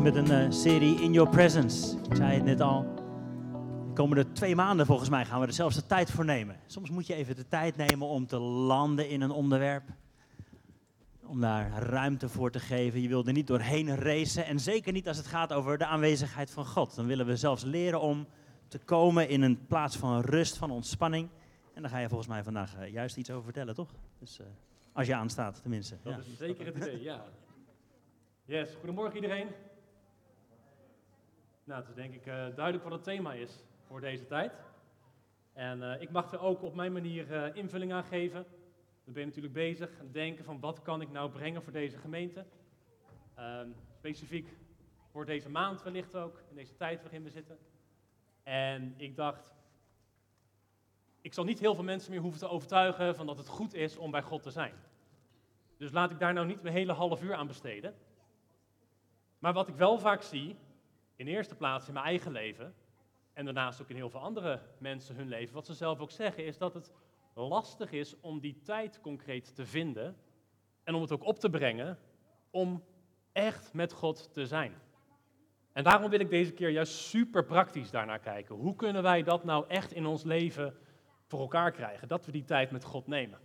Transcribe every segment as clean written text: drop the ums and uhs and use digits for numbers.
met een serie In Your Presence. Ik zei het net al. De komende 2 maanden volgens mij gaan we er zelfs de tijd voor nemen. Soms moet je even de tijd nemen om te landen in een onderwerp. Om daar ruimte voor te geven. Je wil er niet doorheen racen. En zeker niet als het gaat over de aanwezigheid van God. Dan willen we zelfs leren om te komen in een plaats van rust, van ontspanning. En daar ga je volgens mij vandaag juist iets over vertellen, toch? Dus als je aanstaat, tenminste. Dat is zeker het idee, ja. Yes, goedemorgen iedereen. Nou, het is denk ik duidelijk wat het thema is voor deze tijd. En ik mag er ook op mijn manier invulling aan geven. Dan ben je natuurlijk bezig aan het denken van wat kan ik nou brengen voor deze gemeente. Specifiek voor deze maand wellicht ook, in deze tijd waarin we zitten. En ik dacht, ik zal niet heel veel mensen meer hoeven te overtuigen van dat het goed is om bij God te zijn. Dus laat ik daar nou niet mijn hele half uur aan besteden. Maar wat ik wel vaak zie, in eerste plaats in mijn eigen leven, en daarnaast ook in heel veel andere mensen hun leven, wat ze zelf ook zeggen, is dat het lastig is om die tijd concreet te vinden en om het ook op te brengen om echt met God te zijn. En daarom wil ik deze keer juist super praktisch daarnaar kijken. Hoe kunnen wij dat nou echt in ons leven voor elkaar krijgen, dat we die tijd met God nemen?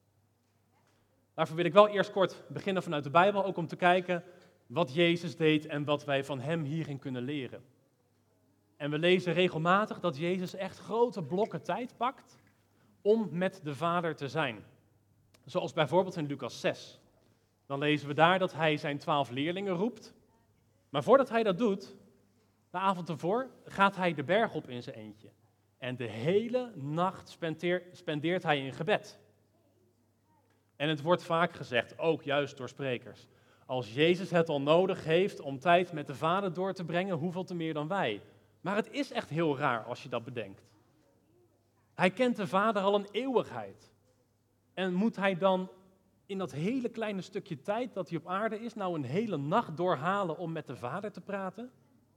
Daarvoor wil ik wel eerst kort beginnen vanuit de Bijbel, ook om te kijken wat Jezus deed en wat wij van hem hierin kunnen leren. En we lezen regelmatig dat Jezus echt grote blokken tijd pakt om met de Vader te zijn. Zoals bijvoorbeeld in Lucas 6. Dan lezen we daar dat hij zijn 12 leerlingen roept. Maar voordat hij dat doet, de avond ervoor, gaat hij de berg op in zijn eentje. En de hele nacht spendeert hij in gebed. En het wordt vaak gezegd, ook juist door sprekers, als Jezus het al nodig heeft om tijd met de Vader door te brengen, hoeveel te meer dan wij. Maar het is echt heel raar als je dat bedenkt. Hij kent de Vader al een eeuwigheid. En moet hij dan in dat hele kleine stukje tijd dat hij op aarde is, nou een hele nacht doorhalen om met de Vader te praten?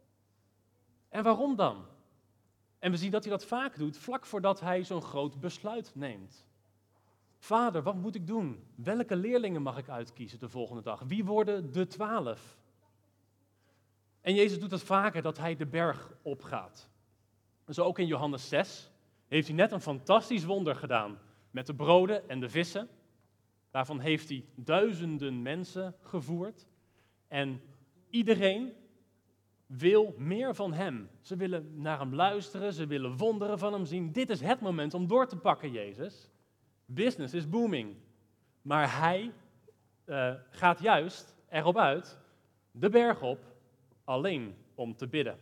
En waarom dan? En we zien dat hij dat vaak doet, vlak voordat hij zo'n groot besluit neemt. Vader, wat moet ik doen? Welke leerlingen mag ik uitkiezen de volgende dag? Wie worden de 12? En Jezus doet het vaker dat hij de berg opgaat. Zo ook in Johannes 6 heeft hij net een fantastisch wonder gedaan met de broden en de vissen. Daarvan heeft hij duizenden mensen gevoerd. En iedereen wil meer van hem. Ze willen naar hem luisteren, ze willen wonderen van hem zien. Dit is het moment om door te pakken, Jezus. Business is booming. Maar hij gaat juist erop uit, de berg op, alleen om te bidden.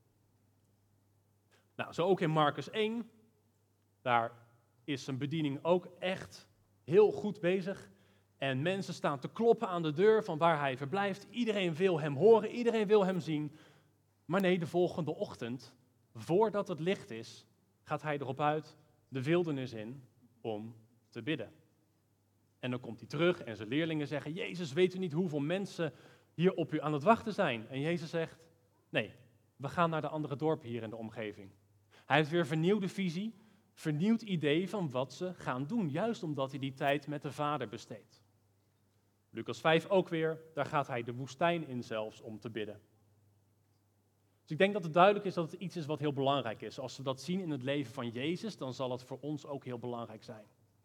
Nou, zo ook in Marcus 1. Daar is zijn bediening ook echt heel goed bezig. En mensen staan te kloppen aan de deur van waar hij verblijft. Iedereen wil hem horen, iedereen wil hem zien. Maar nee, de volgende ochtend, voordat het licht is, gaat hij erop uit de wildernis in om te bidden. En dan komt hij terug en zijn leerlingen zeggen, Jezus, weet u niet hoeveel mensen hier op u aan het wachten zijn? En Jezus zegt, nee, we gaan naar de andere dorpen hier in de omgeving. Hij heeft weer vernieuwde visie, vernieuwd idee van wat ze gaan doen, juist omdat hij die tijd met de Vader besteedt. Lucas 5 ook weer, daar gaat hij de woestijn in zelfs om te bidden. Dus ik denk dat het duidelijk is dat het iets is wat heel belangrijk is. Als we dat zien in het leven van Jezus, dan zal het voor ons ook heel belangrijk zijn.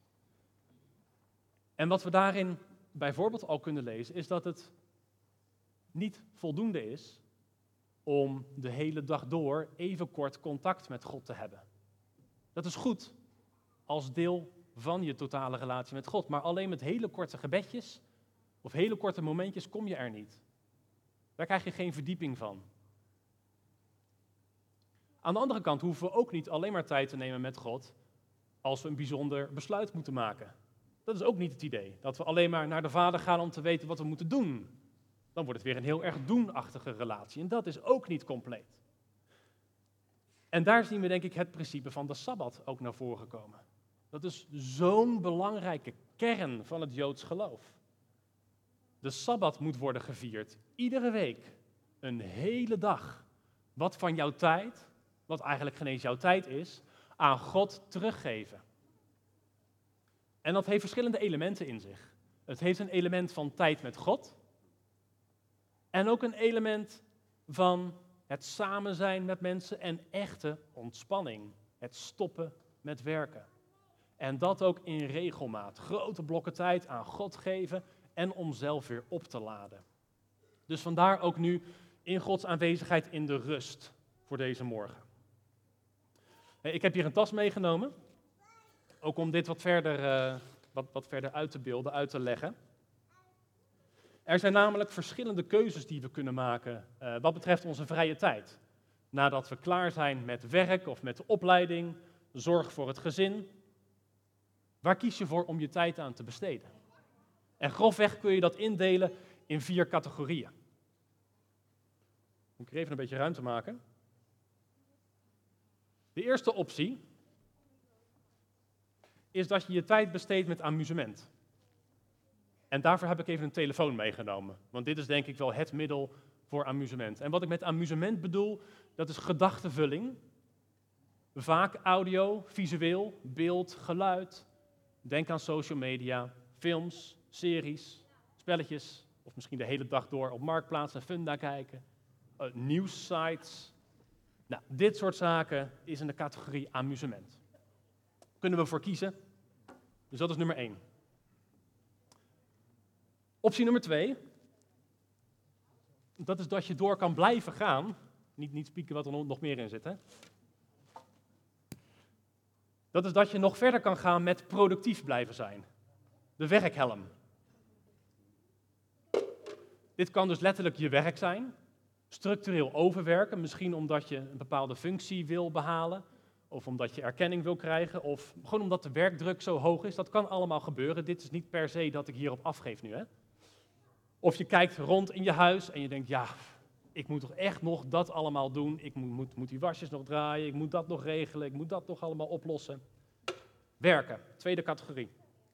En wat we daarin bijvoorbeeld al kunnen lezen, is dat het niet voldoende is om de hele dag door even kort contact met God te hebben. Dat is goed als deel van je totale relatie met God, maar alleen met hele korte gebedjes of hele korte momentjes kom je er niet. Daar krijg je geen verdieping van. Aan de andere kant hoeven we ook niet alleen maar tijd te nemen met God als we een bijzonder besluit moeten maken. Dat is ook niet het idee, dat we alleen maar naar de Vader gaan om te weten wat we moeten doen. Dan wordt het weer een heel erg doenachtige relatie en dat is ook niet compleet. En daar zien we denk ik het principe van de Sabbat ook naar voren komen. Dat is zo'n belangrijke kern van het Joods geloof. De Sabbat moet worden gevierd, iedere week, een hele dag. Wat van jouw tijd, wat eigenlijk geen eens jouw tijd is, aan God teruggeven. En dat heeft verschillende elementen in zich. Het heeft een element van tijd met God. En ook een element van het samen zijn met mensen en echte ontspanning. Het stoppen met werken. En dat ook in regelmaat. Grote blokken tijd aan God geven en om zelf weer op te laden. Dus vandaar ook nu in Gods aanwezigheid in de rust voor deze morgen. Ik heb hier een tas meegenomen. Ook om dit wat verder uit te beelden, uit te leggen. Er zijn namelijk verschillende keuzes die we kunnen maken wat betreft onze vrije tijd. Nadat we klaar zijn met werk of met de opleiding, zorg voor het gezin. Waar kies je voor om je tijd aan te besteden? En grofweg kun je dat indelen in 4 categorieën. Moet ik er even een beetje ruimte maken. De eerste optie is dat je je tijd besteedt met amusement. En daarvoor heb ik even een telefoon meegenomen. Want dit is denk ik wel het middel voor amusement. En wat ik met amusement bedoel, dat is gedachtenvulling. Vaak audio, visueel, beeld, geluid. Denk aan social media, films, series, spelletjes. Of misschien de hele dag door op Marktplaats en Funda kijken. Nieuwssites. Nou, dit soort zaken is in de categorie amusement. Kunnen we voor kiezen. Dus dat is nummer 1. Optie nummer 2. Dat is dat je door kan blijven gaan. Niet spieken wat er nog meer in zit, hè. Dat is dat je nog verder kan gaan met productief blijven zijn. De werkhelm. Dit kan dus letterlijk je werk zijn. Structureel overwerken, misschien omdat je een bepaalde functie wil behalen. Of omdat je erkenning wil krijgen. Of gewoon omdat de werkdruk zo hoog is. Dat kan allemaal gebeuren. Dit is niet per se dat ik hierop afgeef nu, hè. Of je kijkt rond in je huis en je denkt, ja, ik moet toch echt nog dat allemaal doen. Ik moet die wasjes nog draaien, ik moet dat nog regelen, ik moet dat nog allemaal oplossen. Werken, tweede categorie.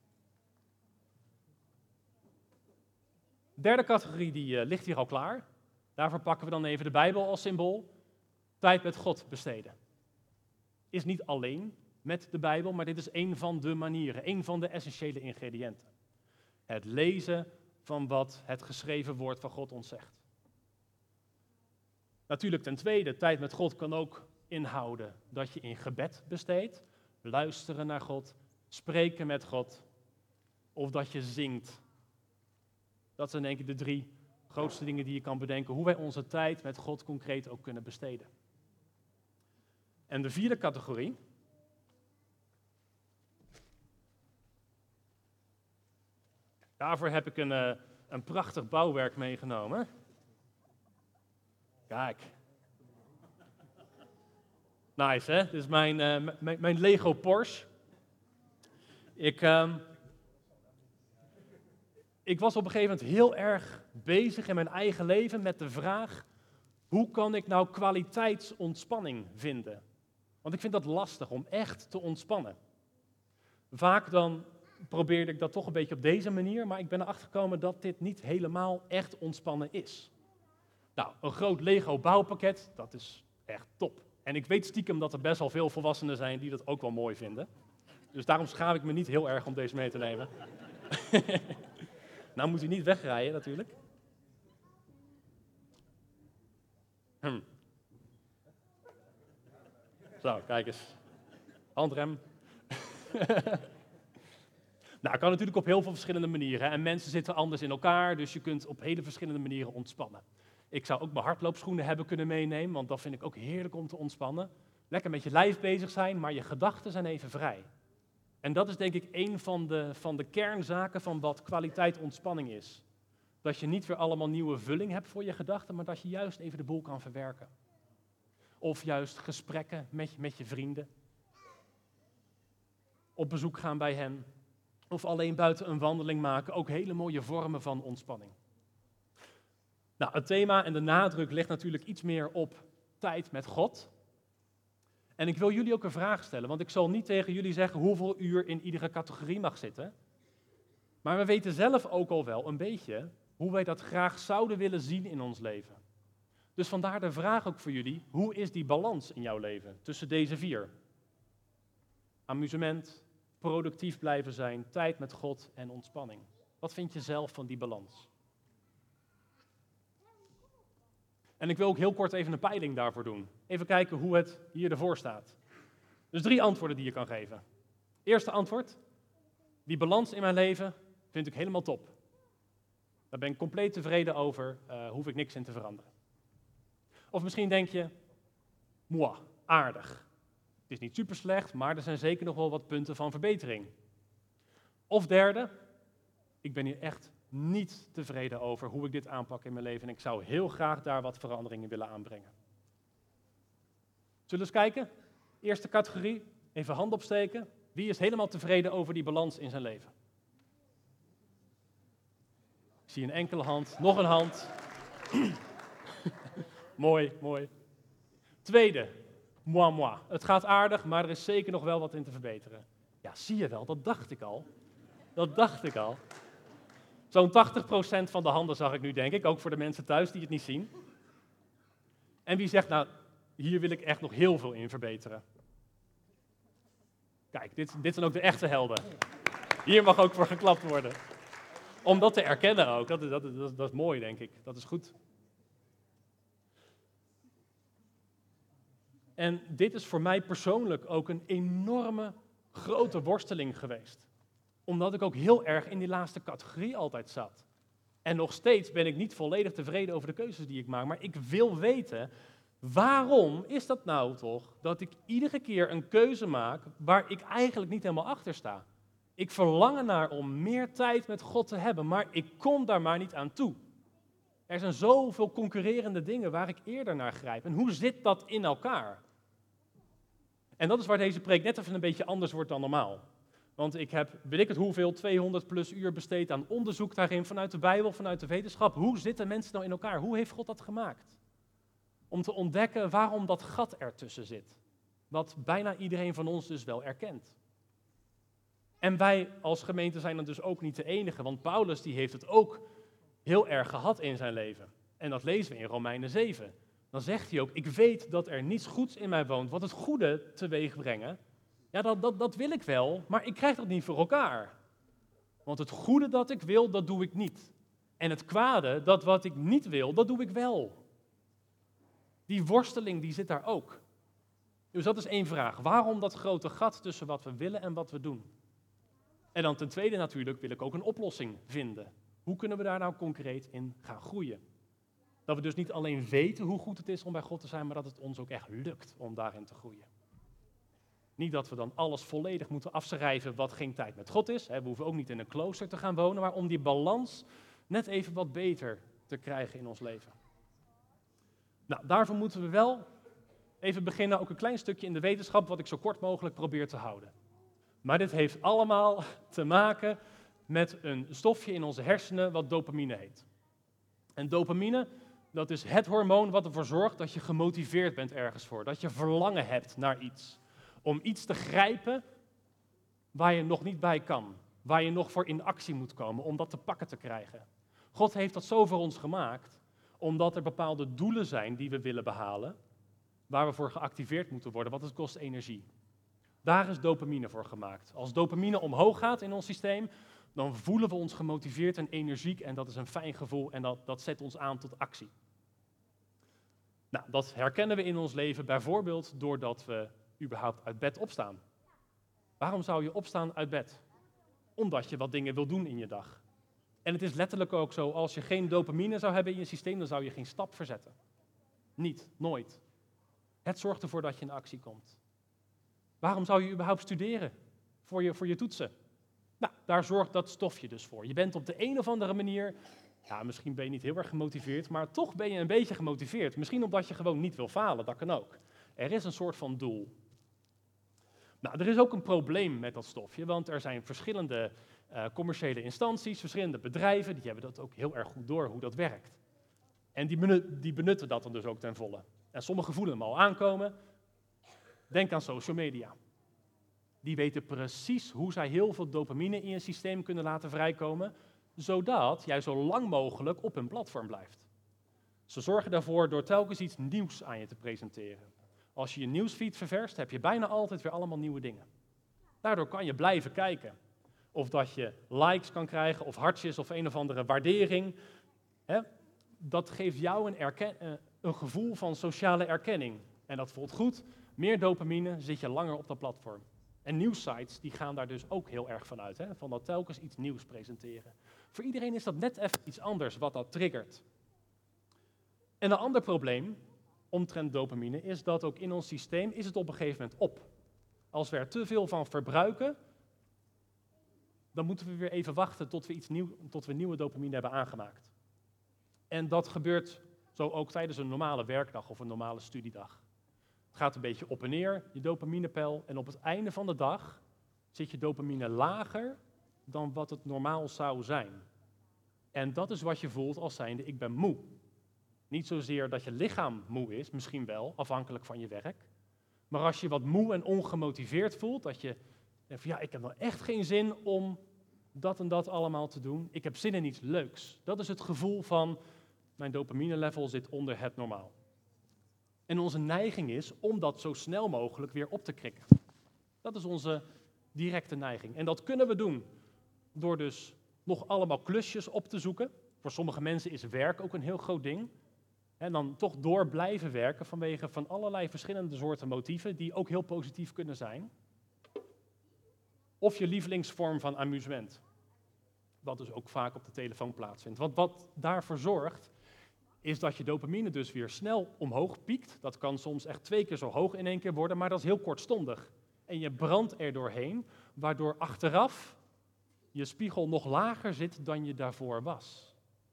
Derde categorie, die ligt hier al klaar. Daarvoor pakken we dan even de Bijbel als symbool. Tijd met God besteden. Is niet alleen met de Bijbel, maar dit is één van de manieren, één van de essentiële ingrediënten. Het lezen van wat het geschreven woord van God ons zegt. Natuurlijk ten tweede, tijd met God kan ook inhouden dat je in gebed besteedt, luisteren naar God, spreken met God, of dat je zingt. Dat zijn denk ik de 3 grootste dingen die je kan bedenken, hoe wij onze tijd met God concreet ook kunnen besteden. En de 4e categorie, daarvoor heb ik een prachtig bouwwerk meegenomen. Kijk. Nice, hè? Dit is mijn Lego Porsche. Ik was op een gegeven moment heel erg bezig in mijn eigen leven met de vraag, hoe kan ik nou kwaliteitsontspanning vinden? Want ik vind dat lastig om echt te ontspannen. Vaak dan probeerde ik dat toch een beetje op deze manier, maar ik ben erachter gekomen dat dit niet helemaal echt ontspannen is. Nou, een groot Lego bouwpakket, dat is echt top. En ik weet stiekem dat er best wel veel volwassenen zijn die dat ook wel mooi vinden. Dus daarom schaam ik me niet heel erg om deze mee te nemen. Nou moet hij niet wegrijden natuurlijk. Zo, kijk eens. Handrem. Nou, het kan natuurlijk op heel veel verschillende manieren. En mensen zitten anders in elkaar, dus je kunt op hele verschillende manieren ontspannen. Ik zou ook mijn hardloopschoenen hebben kunnen meenemen, want dat vind ik ook heerlijk om te ontspannen. Lekker met je lijf bezig zijn, maar je gedachten zijn even vrij. En dat is denk ik een van de kernzaken van wat kwaliteit ontspanning is. Dat je niet weer allemaal nieuwe vulling hebt voor je gedachten, maar dat je juist even de boel kan verwerken. Of juist gesprekken met je vrienden. Op bezoek gaan bij hen. Of alleen buiten een wandeling maken. Ook hele mooie vormen van ontspanning. Nou, het thema en de nadruk ligt natuurlijk iets meer op tijd met God. En ik wil jullie ook een vraag stellen, want ik zal niet tegen jullie zeggen hoeveel uur in iedere categorie mag zitten. Maar we weten zelf ook al wel een beetje hoe wij dat graag zouden willen zien in ons leven. Dus vandaar de vraag ook voor jullie, hoe is die balans in jouw leven tussen deze 4? Amusement, productief blijven zijn, tijd met God en ontspanning. Wat vind je zelf van die balans? En ik wil ook heel kort even een peiling daarvoor doen. Even kijken hoe het hier ervoor staat. Dus 3 antwoorden die je kan geven. Eerste antwoord. Die balans in mijn leven vind ik helemaal top. Daar ben ik compleet tevreden over, hoef ik niks in te veranderen. Of misschien denk je, moi, aardig. Het is niet super slecht, maar er zijn zeker nog wel wat punten van verbetering. Of derde, ik ben hier echt niet tevreden over hoe ik dit aanpak in mijn leven en ik zou heel graag daar wat veranderingen willen aanbrengen. Zullen we eens kijken? Eerste categorie, even hand opsteken. Wie is helemaal tevreden over die balans in zijn leven? Ik zie een enkele hand, nog een hand. Mooi, mooi. Tweede, moi. Het gaat aardig, maar er is zeker nog wel wat in te verbeteren. Ja, zie je wel, dat dacht ik al. Zo'n 80% van de handen zag ik nu, denk ik, ook voor de mensen thuis die het niet zien. En wie zegt, nou, hier wil ik echt nog heel veel in verbeteren. Kijk, dit zijn ook de echte helden. Hier mag ook voor geklapt worden. Om dat te erkennen ook, dat is mooi, denk ik. Dat is goed. En dit is voor mij persoonlijk ook een enorme, grote worsteling geweest. Omdat ik ook heel erg in die laatste categorie altijd zat. En nog steeds ben ik niet volledig tevreden over de keuzes die ik maak. Maar ik wil weten, waarom is dat nou toch dat ik iedere keer een keuze maak waar ik eigenlijk niet helemaal achter sta? Ik verlang ernaar om meer tijd met God te hebben, maar ik kom daar maar niet aan toe. Er zijn zoveel concurrerende dingen waar ik eerder naar grijp. En hoe zit dat in elkaar? En dat is waar deze preek net even een beetje anders wordt dan normaal. Want ik heb, weet ik het hoeveel, 200 plus uur besteed aan onderzoek daarin vanuit de Bijbel, vanuit de wetenschap. Hoe zitten mensen nou in elkaar? Hoe heeft God dat gemaakt? Om te ontdekken waarom dat gat ertussen zit. Wat bijna iedereen van ons dus wel erkent. En wij als gemeente zijn dan dus ook niet de enige, want Paulus die heeft het ook heel erg gehad in zijn leven. En dat lezen we in Romeinen 7. Dan zegt hij ook, ik weet dat er niets goeds in mij woont, wat het goede teweeg brengen. Ja, dat wil ik wel, maar ik krijg dat niet voor elkaar. Want het goede dat ik wil, dat doe ik niet. En het kwade, dat wat ik niet wil, dat doe ik wel. Die worsteling, die zit daar ook. Dus dat is 1 vraag. Waarom dat grote gat tussen wat we willen en wat we doen? En dan ten tweede natuurlijk wil ik ook een oplossing vinden. Hoe kunnen we daar nou concreet in gaan groeien? Dat we dus niet alleen weten hoe goed het is om bij God te zijn, maar dat het ons ook echt lukt om daarin te groeien. Niet dat we dan alles volledig moeten afschrijven wat geen tijd met God is. We hoeven ook niet in een klooster te gaan wonen, maar om die balans net even wat beter te krijgen in ons leven. Nou, daarvoor moeten we wel even beginnen, ook een klein stukje in de wetenschap, wat ik zo kort mogelijk probeer te houden. Maar dit heeft allemaal te maken met een stofje in onze hersenen wat dopamine heet. En dopamine, dat is het hormoon wat ervoor zorgt dat je gemotiveerd bent ergens voor. Dat je verlangen hebt naar iets. Om iets te grijpen waar je nog niet bij kan. Waar je nog voor in actie moet komen om dat te pakken te krijgen. God heeft dat zo voor ons gemaakt, omdat er bepaalde doelen zijn die we willen behalen, waar we voor geactiveerd moeten worden, want het kost energie. Daar is dopamine voor gemaakt. Als dopamine omhoog gaat in ons systeem, dan voelen we ons gemotiveerd en energiek en dat is een fijn gevoel en dat zet ons aan tot actie. Nou, dat herkennen we in ons leven bijvoorbeeld doordat we überhaupt uit bed opstaan. Waarom zou je opstaan uit bed? Omdat je wat dingen wil doen in je dag. En het is letterlijk ook zo, als je geen dopamine zou hebben in je systeem, dan zou je geen stap verzetten. Niet, nooit. Het zorgt ervoor dat je in actie komt. Waarom zou je überhaupt studeren voor je toetsen? Nou, daar zorgt dat stofje dus voor. Je bent op de een of andere manier, ja, misschien ben je niet heel erg gemotiveerd, maar toch ben je een beetje gemotiveerd. Misschien omdat je gewoon niet wil falen, dat kan ook. Er is een soort van doel. Nou, er is ook een probleem met dat stofje, want er zijn verschillende commerciële instanties, verschillende bedrijven, die hebben dat ook heel erg goed door hoe dat werkt. En die benutten dat dan dus ook ten volle. En sommigen voelen hem al aankomen. Denk aan social media. Die weten precies hoe zij heel veel dopamine in je systeem kunnen laten vrijkomen, zodat jij zo lang mogelijk op hun platform blijft. Ze zorgen daarvoor door telkens iets nieuws aan je te presenteren. Als je je nieuwsfeed ververst, heb je bijna altijd weer allemaal nieuwe dingen. Daardoor kan je blijven kijken. Of dat je likes kan krijgen, of hartjes, of een of andere waardering. Dat geeft jou een gevoel van sociale erkenning. En dat voelt goed. Meer dopamine, zit je langer op dat platform. En nieuwssites die gaan daar dus ook heel erg van uit. Hè? Van dat telkens iets nieuws presenteren. Voor iedereen is dat net even iets anders wat dat triggert. En een ander probleem omtrent dopamine is dat ook in ons systeem is het op een gegeven moment op. Als we er te veel van verbruiken, dan moeten we weer even wachten tot we nieuwe dopamine hebben aangemaakt. En dat gebeurt zo ook tijdens een normale werkdag of een normale studiedag. Het gaat een beetje op en neer, je dopaminepeil, en op het einde van de dag zit je dopamine lager dan wat het normaal zou zijn. En dat is wat je voelt als zijnde, ik ben moe. Niet zozeer dat je lichaam moe is, misschien wel, afhankelijk van je werk. Maar als je wat moe en ongemotiveerd voelt, dat je denkt van ja, ik heb nou echt geen zin om dat en dat allemaal te doen. Ik heb zin in iets leuks. Dat is het gevoel van, mijn dopamine level zit onder het normaal. En onze neiging is om dat zo snel mogelijk weer op te krikken. Dat is onze directe neiging. En dat kunnen we doen door dus nog allemaal klusjes op te zoeken. Voor sommige mensen is werk ook een heel groot ding. En dan toch door blijven werken vanwege van allerlei verschillende soorten motieven die ook heel positief kunnen zijn. Of je lievelingsvorm van amusement. Wat dus ook vaak op de telefoon plaatsvindt. Wat daarvoor zorgt, is dat je dopamine dus weer snel omhoog piekt. Dat kan soms echt 2 keer zo hoog in 1 keer worden, maar dat is heel kortstondig. En je brandt er doorheen, waardoor achteraf je spiegel nog lager zit dan je daarvoor was.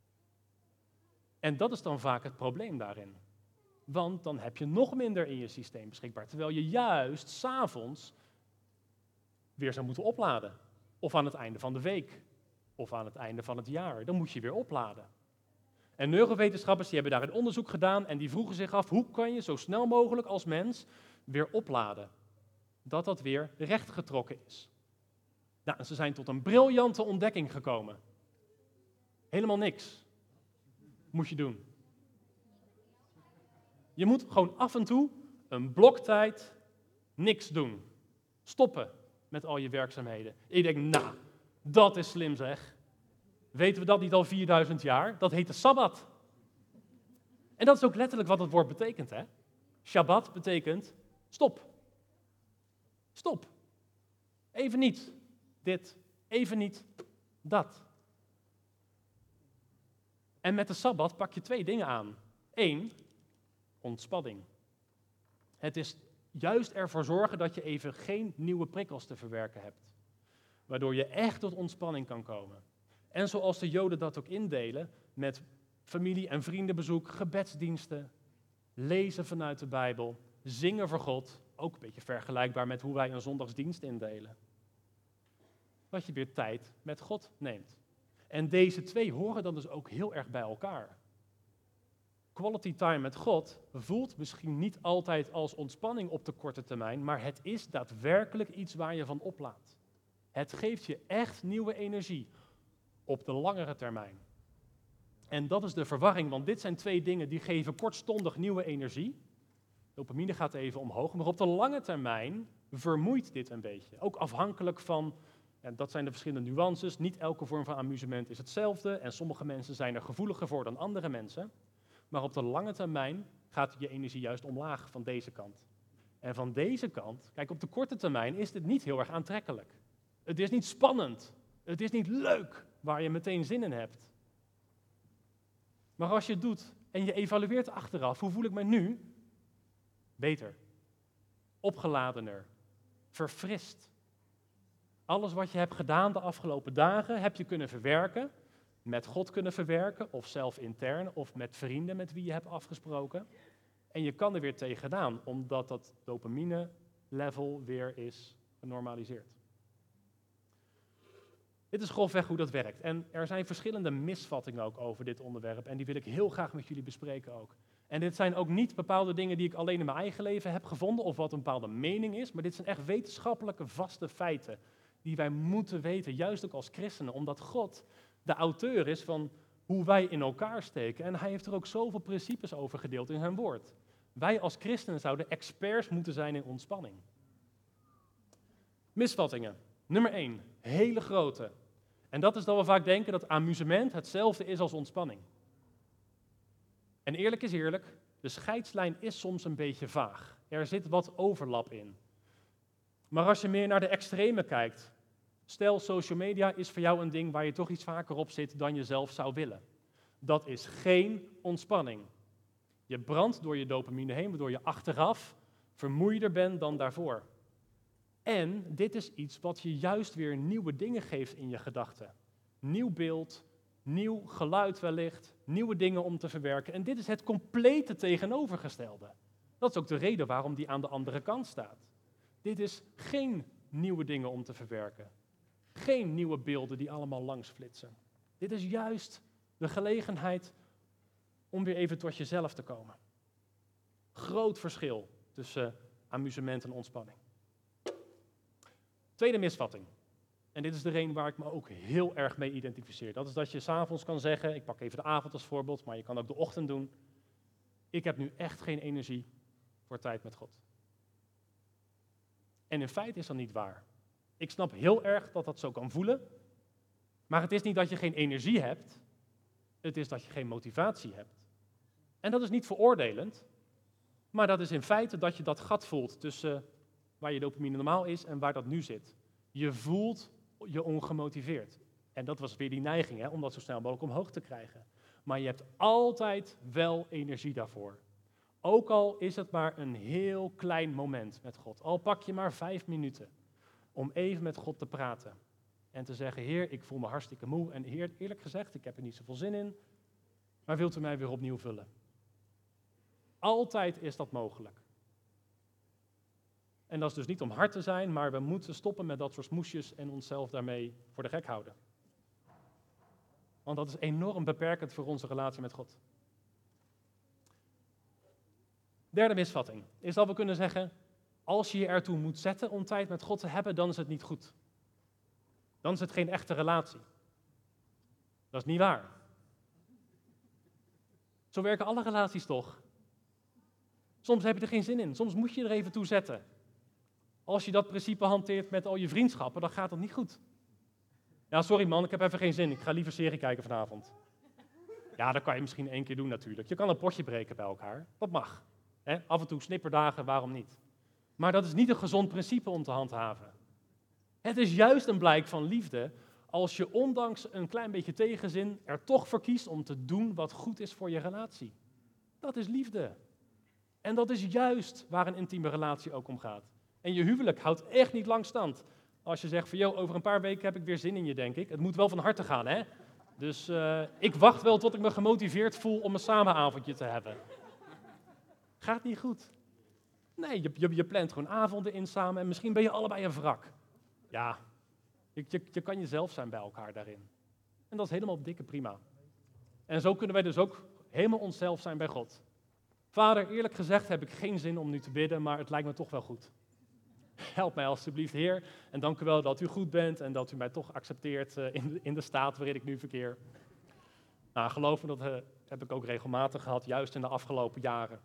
En dat is dan vaak het probleem daarin. Want dan heb je nog minder in je systeem beschikbaar. Terwijl je juist 's avonds weer zou moeten opladen. Of aan het einde van de week. Of aan het einde van het jaar. Dan moet je weer opladen. En neurowetenschappers die hebben daar een onderzoek gedaan en die vroegen zich af, hoe kan je zo snel mogelijk als mens weer opladen? Dat weer rechtgetrokken is. Nou, en ze zijn tot een briljante ontdekking gekomen. Helemaal niks moet je doen. Je moet gewoon af en toe een bloktijd niks doen. Stoppen met al je werkzaamheden. Ik denk, nou, dat is slim zeg. Weten we dat niet al 4000 jaar? Dat heet de Sabbat. En dat is ook letterlijk wat het woord betekent, hè? Shabbat betekent stop. Stop. Even niet dit, even niet dat. En met de Sabbat pak je 2 dingen aan. 1, ontspanning. Het is juist ervoor zorgen dat je even geen nieuwe prikkels te verwerken hebt. Waardoor je echt tot ontspanning kan komen. En zoals de Joden dat ook indelen, met familie- en vriendenbezoek, gebedsdiensten, lezen vanuit de Bijbel, zingen voor God, ook een beetje vergelijkbaar met hoe wij een zondagsdienst indelen. Dat je weer tijd met God neemt. En deze 2 horen dan dus ook heel erg bij elkaar. Quality time met God voelt misschien niet altijd als ontspanning op de korte termijn, maar het is daadwerkelijk iets waar je van oplaadt. Het geeft je echt nieuwe energie op de langere termijn. En dat is de verwarring, want dit zijn 2 dingen die geven kortstondig nieuwe energie. Dopamine gaat even omhoog, maar op de lange termijn vermoeit dit een beetje. Ook afhankelijk van, en dat zijn de verschillende nuances, niet elke vorm van amusement is hetzelfde en sommige mensen zijn er gevoeliger voor dan andere mensen. Maar op de lange termijn gaat je energie juist omlaag van deze kant. En van deze kant, kijk, op de korte termijn is dit niet heel erg aantrekkelijk. Het is niet spannend. Het is niet leuk waar je meteen zin in hebt. Maar als je het doet en je evalueert achteraf, hoe voel ik me nu? Beter. Opgeladener. Verfrist. Alles wat je hebt gedaan de afgelopen dagen heb je kunnen verwerken. Met God kunnen verwerken, of zelf intern, of met vrienden met wie je hebt afgesproken. En je kan er weer tegenaan, omdat dat dopamine-level weer is genormaliseerd. Dit is grofweg hoe dat werkt. En er zijn verschillende misvattingen ook over dit onderwerp. En die wil ik heel graag met jullie bespreken ook. En dit zijn ook niet bepaalde dingen die ik alleen in mijn eigen leven heb gevonden, of wat een bepaalde mening is. Maar dit zijn echt wetenschappelijke vaste feiten die wij moeten weten, juist ook als christenen. Omdat God de auteur is van hoe wij in elkaar steken. En hij heeft er ook zoveel principes over gedeeld in zijn woord. Wij als christenen zouden experts moeten zijn in ontspanning. Misvattingen. Nummer 1, hele grote. En dat is dat we vaak denken dat amusement hetzelfde is als ontspanning. En eerlijk is eerlijk, De scheidslijn is soms een beetje vaag. Er zit wat overlap in. Maar als je meer naar de extreme kijkt, stel social media is voor jou een ding waar je toch iets vaker op zit dan je zelf zou willen. Dat is geen ontspanning. Je brandt door je dopamine heen, waardoor je achteraf vermoeider bent dan daarvoor. En dit is iets wat je juist weer nieuwe dingen geeft in je gedachten. Nieuw beeld, nieuw geluid wellicht, nieuwe dingen om te verwerken. En dit is het complete tegenovergestelde. Dat is ook de reden waarom die aan de andere kant staat. Dit is geen nieuwe dingen om te verwerken. Geen nieuwe beelden die allemaal langs flitsen. Dit is juist de gelegenheid om weer even tot jezelf te komen. Groot verschil tussen amusement en ontspanning. Tweede misvatting. En dit is de een waar ik me ook heel erg mee identificeer. Dat is dat je 's avonds kan zeggen, ik pak even de avond als voorbeeld, maar je kan ook de ochtend doen. Ik heb nu echt geen energie voor tijd met God. En in feite is dat niet waar. Ik snap heel erg dat dat zo kan voelen. Maar het is niet dat je geen energie hebt. Het is dat je geen motivatie hebt. En dat is niet veroordelend. Maar dat is in feite dat je dat gat voelt tussen waar je dopamine normaal is en waar dat nu zit. Je voelt je ongemotiveerd. En dat was weer die neiging, om dat zo snel mogelijk omhoog te krijgen. Maar je hebt altijd wel energie daarvoor. Ook al is het maar een heel klein moment met God. Al pak je maar 5 minuten om even met God te praten. En te zeggen, Heer, ik voel me hartstikke moe. En Heer, eerlijk gezegd, ik heb er niet zoveel zin in. Maar wilt u mij weer opnieuw vullen? Altijd is dat mogelijk. En dat is dus niet om hard te zijn, maar we moeten stoppen met dat soort smoesjes en onszelf daarmee voor de gek houden. Want dat is enorm beperkend voor onze relatie met God. Derde misvatting is dat we kunnen zeggen, als je je ertoe moet zetten om tijd met God te hebben, dan is het niet goed. Dan is het geen echte relatie. Dat is niet waar. Zo werken alle relaties toch? Soms heb je er geen zin in, soms moet je er even toe zetten. Als je dat principe hanteert met al je vriendschappen, dan gaat het niet goed. Ja, sorry man, ik heb even geen zin, ik ga liever serie kijken vanavond. Ja, dat kan je misschien 1 keer doen natuurlijk. Je kan een potje breken bij elkaar, dat mag. Af en toe snipperdagen, waarom niet? Maar dat is niet een gezond principe om te handhaven. Het is juist een blijk van liefde als je ondanks een klein beetje tegenzin er toch voor kiest om te doen wat goed is voor je relatie. Dat is liefde. En dat is juist waar een intieme relatie ook om gaat. En je huwelijk houdt echt niet lang stand. Als je zegt van, joh, over een paar weken heb ik weer zin in je, denk ik. Het moet wel van harte gaan, hè? Dus ik wacht wel tot ik me gemotiveerd voel om een samenavondje te hebben. Gaat niet goed. Nee, je plant gewoon avonden in samen en misschien ben je allebei een wrak. Ja, je kan jezelf zijn bij elkaar daarin. En dat is helemaal dikke prima. En zo kunnen wij dus ook helemaal onszelf zijn bij God. Vader, eerlijk gezegd heb ik geen zin om nu te bidden, maar het lijkt me toch wel goed. Help mij alstublieft, Heer. En dank u wel dat u goed bent en dat u mij toch accepteert in de staat waarin ik nu verkeer. Nou, geloof me, dat heb ik ook regelmatig gehad, juist in de afgelopen jaren.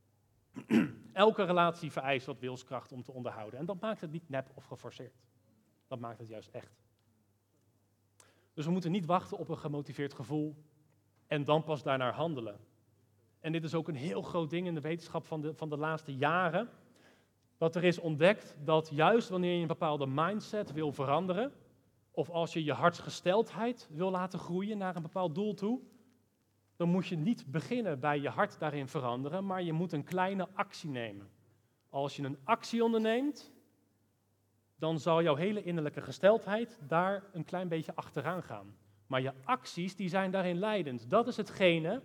Elke relatie vereist wat wilskracht om te onderhouden. En dat maakt het niet nep of geforceerd. Dat maakt het juist echt. Dus we moeten niet wachten op een gemotiveerd gevoel en dan pas daarnaar handelen. En dit is ook een heel groot ding in de wetenschap van de laatste jaren. Dat er is ontdekt dat juist wanneer je een bepaalde mindset wil veranderen, of als je je hartsgesteldheid wil laten groeien naar een bepaald doel toe, dan moet je niet beginnen bij je hart daarin veranderen, maar je moet een kleine actie nemen. Als je een actie onderneemt, dan zal jouw hele innerlijke gesteldheid daar een klein beetje achteraan gaan. Maar je acties, die zijn daarin leidend. Dat is hetgene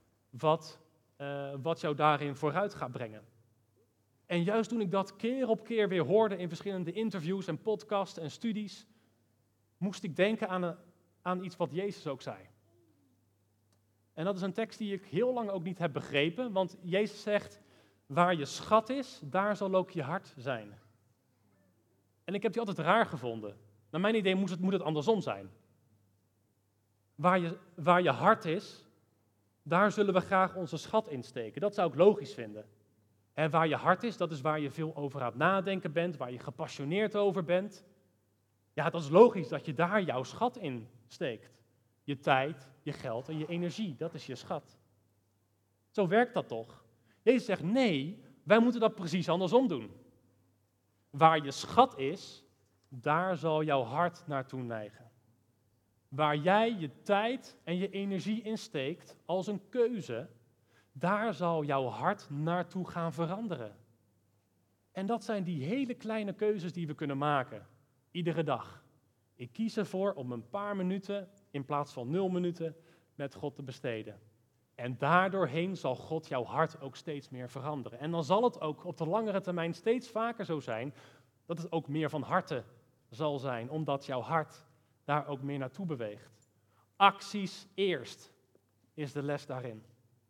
wat jou daarin vooruit gaat brengen. En juist toen ik dat keer op keer weer hoorde in verschillende interviews en podcasts en studies, moest ik denken aan iets wat Jezus ook zei. En dat is een tekst die ik heel lang ook niet heb begrepen, want Jezus zegt, waar je schat is, daar zal ook je hart zijn. En ik heb die altijd raar gevonden. Naar mijn idee moet het andersom zijn. Waar je hart is, daar zullen we graag onze schat in steken. Dat zou ik logisch vinden. En waar je hart is, dat is waar je veel over aan het nadenken bent, waar je gepassioneerd over bent. Ja, dat is logisch dat je daar jouw schat in steekt. Je tijd, je geld en je energie, dat is je schat. Zo werkt dat toch? Jezus zegt, nee, wij moeten dat precies andersom doen. Waar je schat is, daar zal jouw hart naartoe neigen. Waar jij je tijd en je energie in steekt als een keuze, daar zal jouw hart naartoe gaan veranderen. En dat zijn die hele kleine keuzes die we kunnen maken, iedere dag. Ik kies ervoor om een paar minuten in plaats van 0 minuten met God te besteden. En daardoorheen zal God jouw hart ook steeds meer veranderen. En dan zal het ook op de langere termijn steeds vaker zo zijn dat het ook meer van harte zal zijn, omdat jouw hart daar ook meer naartoe beweegt. Acties eerst is de les daarin.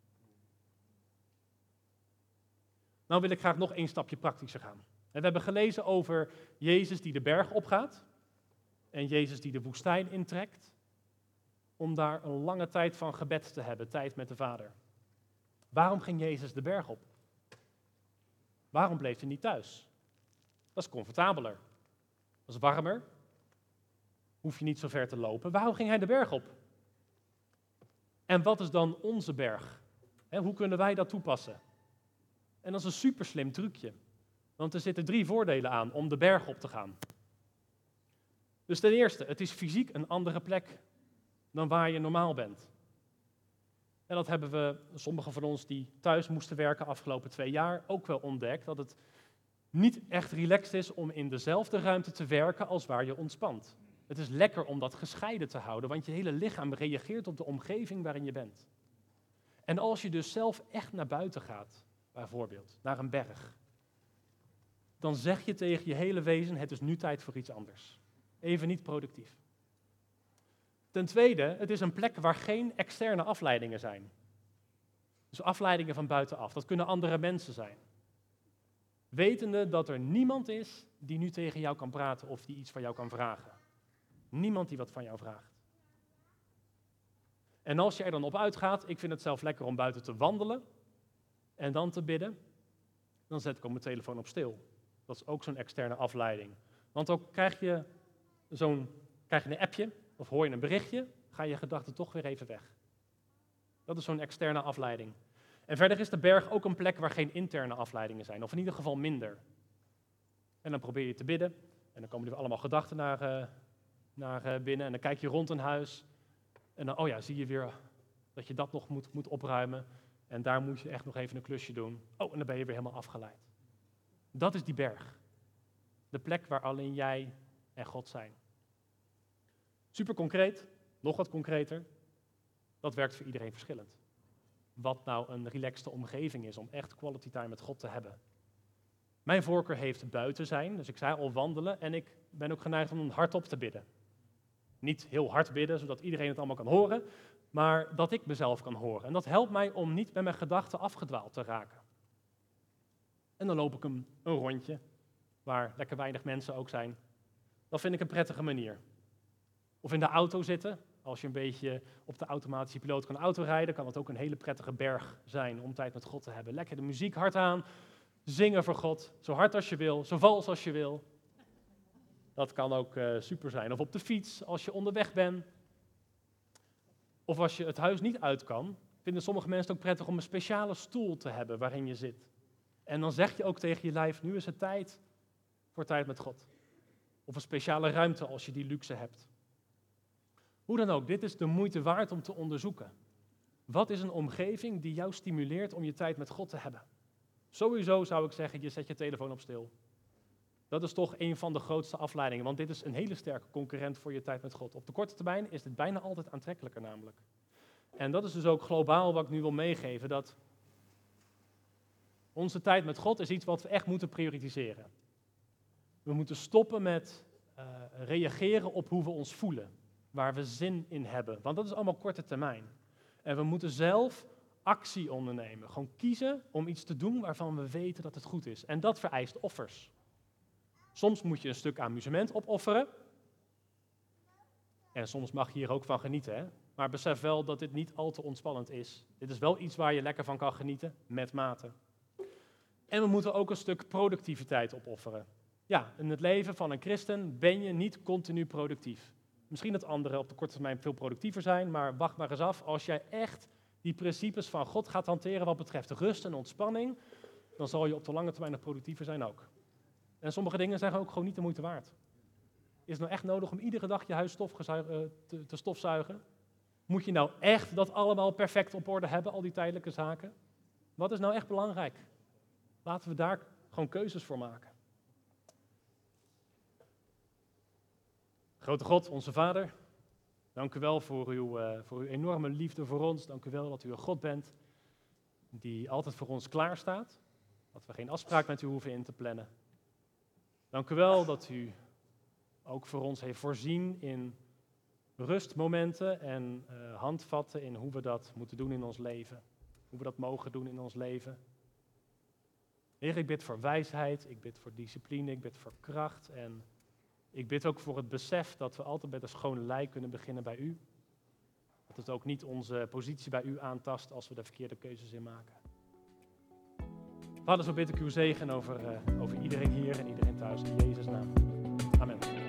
Nou wil ik graag nog 1 stapje praktischer gaan. We hebben gelezen over Jezus die de berg opgaat en Jezus die de woestijn intrekt om daar een lange tijd van gebed te hebben, tijd met de Vader. Waarom ging Jezus de berg op? Waarom bleef hij niet thuis? Dat is comfortabeler. Dat is warmer. Hoef je niet zo ver te lopen. Waarom ging hij de berg op? En wat is dan onze berg? Hoe kunnen wij dat toepassen? En dat is een super slim trucje. Want er zitten 3 voordelen aan om de berg op te gaan. Dus ten eerste, het is fysiek een andere plek dan waar je normaal bent. En dat hebben we, sommigen van ons die thuis moesten werken afgelopen 2 jaar, ook wel ontdekt. Dat het niet echt relaxed is om in dezelfde ruimte te werken als waar je ontspant. Het is lekker om dat gescheiden te houden, want je hele lichaam reageert op de omgeving waarin je bent. En als je dus zelf echt naar buiten gaat, bijvoorbeeld, naar een berg, dan zeg je tegen je hele wezen, het is nu tijd voor iets anders. Even niet productief. Ten tweede, het is een plek waar geen externe afleidingen zijn. Dus afleidingen van buitenaf, dat kunnen andere mensen zijn. Wetende dat er niemand is die nu tegen jou kan praten of die iets van jou kan vragen. Niemand die wat van jou vraagt. En als je er dan op uitgaat, ik vind het zelf lekker om buiten te wandelen en dan te bidden, dan zet ik ook mijn telefoon op stil. Dat is ook zo'n externe afleiding. Want dan krijg je een appje of hoor je een berichtje, ga je gedachten toch weer even weg. Dat is zo'n externe afleiding. En verder is de berg ook een plek waar geen interne afleidingen zijn, of in ieder geval minder. En dan probeer je te bidden en dan komen er allemaal gedachten naar binnen en dan kijk je rond een huis en dan, zie je weer dat je dat nog moet opruimen en daar moet je echt nog even een klusje doen. En dan ben je weer helemaal afgeleid. Dat is die berg. De plek waar alleen jij en God zijn. Super concreet, nog wat concreter. Dat werkt voor iedereen verschillend. Wat nou een relaxte omgeving is om echt quality time met God te hebben. Mijn voorkeur heeft buiten zijn, dus ik zei al wandelen en ik ben ook geneigd om hardop te bidden. Niet heel hard bidden, zodat iedereen het allemaal kan horen, maar dat ik mezelf kan horen. En dat helpt mij om niet met mijn gedachten afgedwaald te raken. En dan loop ik een rondje, waar lekker weinig mensen ook zijn. Dat vind ik een prettige manier. Of in de auto zitten. Als je een beetje op de automatische piloot kan autorijden, kan dat ook een hele prettige berg zijn om tijd met God te hebben. Lekker de muziek hard aan, zingen voor God, zo hard als je wil, zo vals als je wil. Dat kan ook super zijn. Of op de fiets, als je onderweg bent. Of als je het huis niet uit kan, vinden sommige mensen het ook prettig om een speciale stoel te hebben waarin je zit. En dan zeg je ook tegen je lijf, nu is het tijd voor tijd met God. Of een speciale ruimte als je die luxe hebt. Hoe dan ook, dit is de moeite waard om te onderzoeken. Wat is een omgeving die jou stimuleert om je tijd met God te hebben? Sowieso zou ik zeggen, je zet je telefoon op stil. Dat is toch een van de grootste afleidingen, want dit is een hele sterke concurrent voor je tijd met God. Op de korte termijn is dit bijna altijd aantrekkelijker namelijk. En dat is dus ook globaal wat ik nu wil meegeven, dat onze tijd met God is iets wat we echt moeten prioritiseren. We moeten stoppen met reageren op hoe we ons voelen, waar we zin in hebben, want dat is allemaal korte termijn. En we moeten zelf actie ondernemen, gewoon kiezen om iets te doen waarvan we weten dat het goed is. En dat vereist offers. Soms moet je een stuk amusement opofferen. En soms mag je hier ook van genieten, hè? Maar besef wel dat dit niet al te ontspannend is. Dit is wel iets waar je lekker van kan genieten, met mate. En we moeten ook een stuk productiviteit opofferen. Ja, in het leven van een christen ben je niet continu productief. Misschien dat anderen op de korte termijn veel productiever zijn, maar wacht maar eens af. Als jij echt die principes van God gaat hanteren wat betreft rust en ontspanning, dan zal je op de lange termijn nog productiever zijn ook. En sommige dingen zijn ook gewoon niet de moeite waard. Is het nou echt nodig om iedere dag je huis te stofzuigen? Moet je nou echt dat allemaal perfect op orde hebben, al die tijdelijke zaken? Wat is nou echt belangrijk? Laten we daar gewoon keuzes voor maken. Grote God, onze Vader, dank u wel voor uw enorme liefde voor ons. Dank u wel dat u een God bent die altijd voor ons klaarstaat. Dat we geen afspraak met u hoeven in te plannen. Dank u wel dat u ook voor ons heeft voorzien in rustmomenten en handvatten in hoe we dat moeten doen in ons leven. Hoe we dat mogen doen in ons leven. Heer, ik bid voor wijsheid, ik bid voor discipline, ik bid voor kracht en ik bid ook voor het besef dat we altijd met een schoon lei kunnen beginnen bij u. Dat het ook niet onze positie bij u aantast als we de verkeerde keuzes in maken. Vader, zo bid ik uw zegen over iedereen hier en iedereen thuis in Jezus' naam. Amen.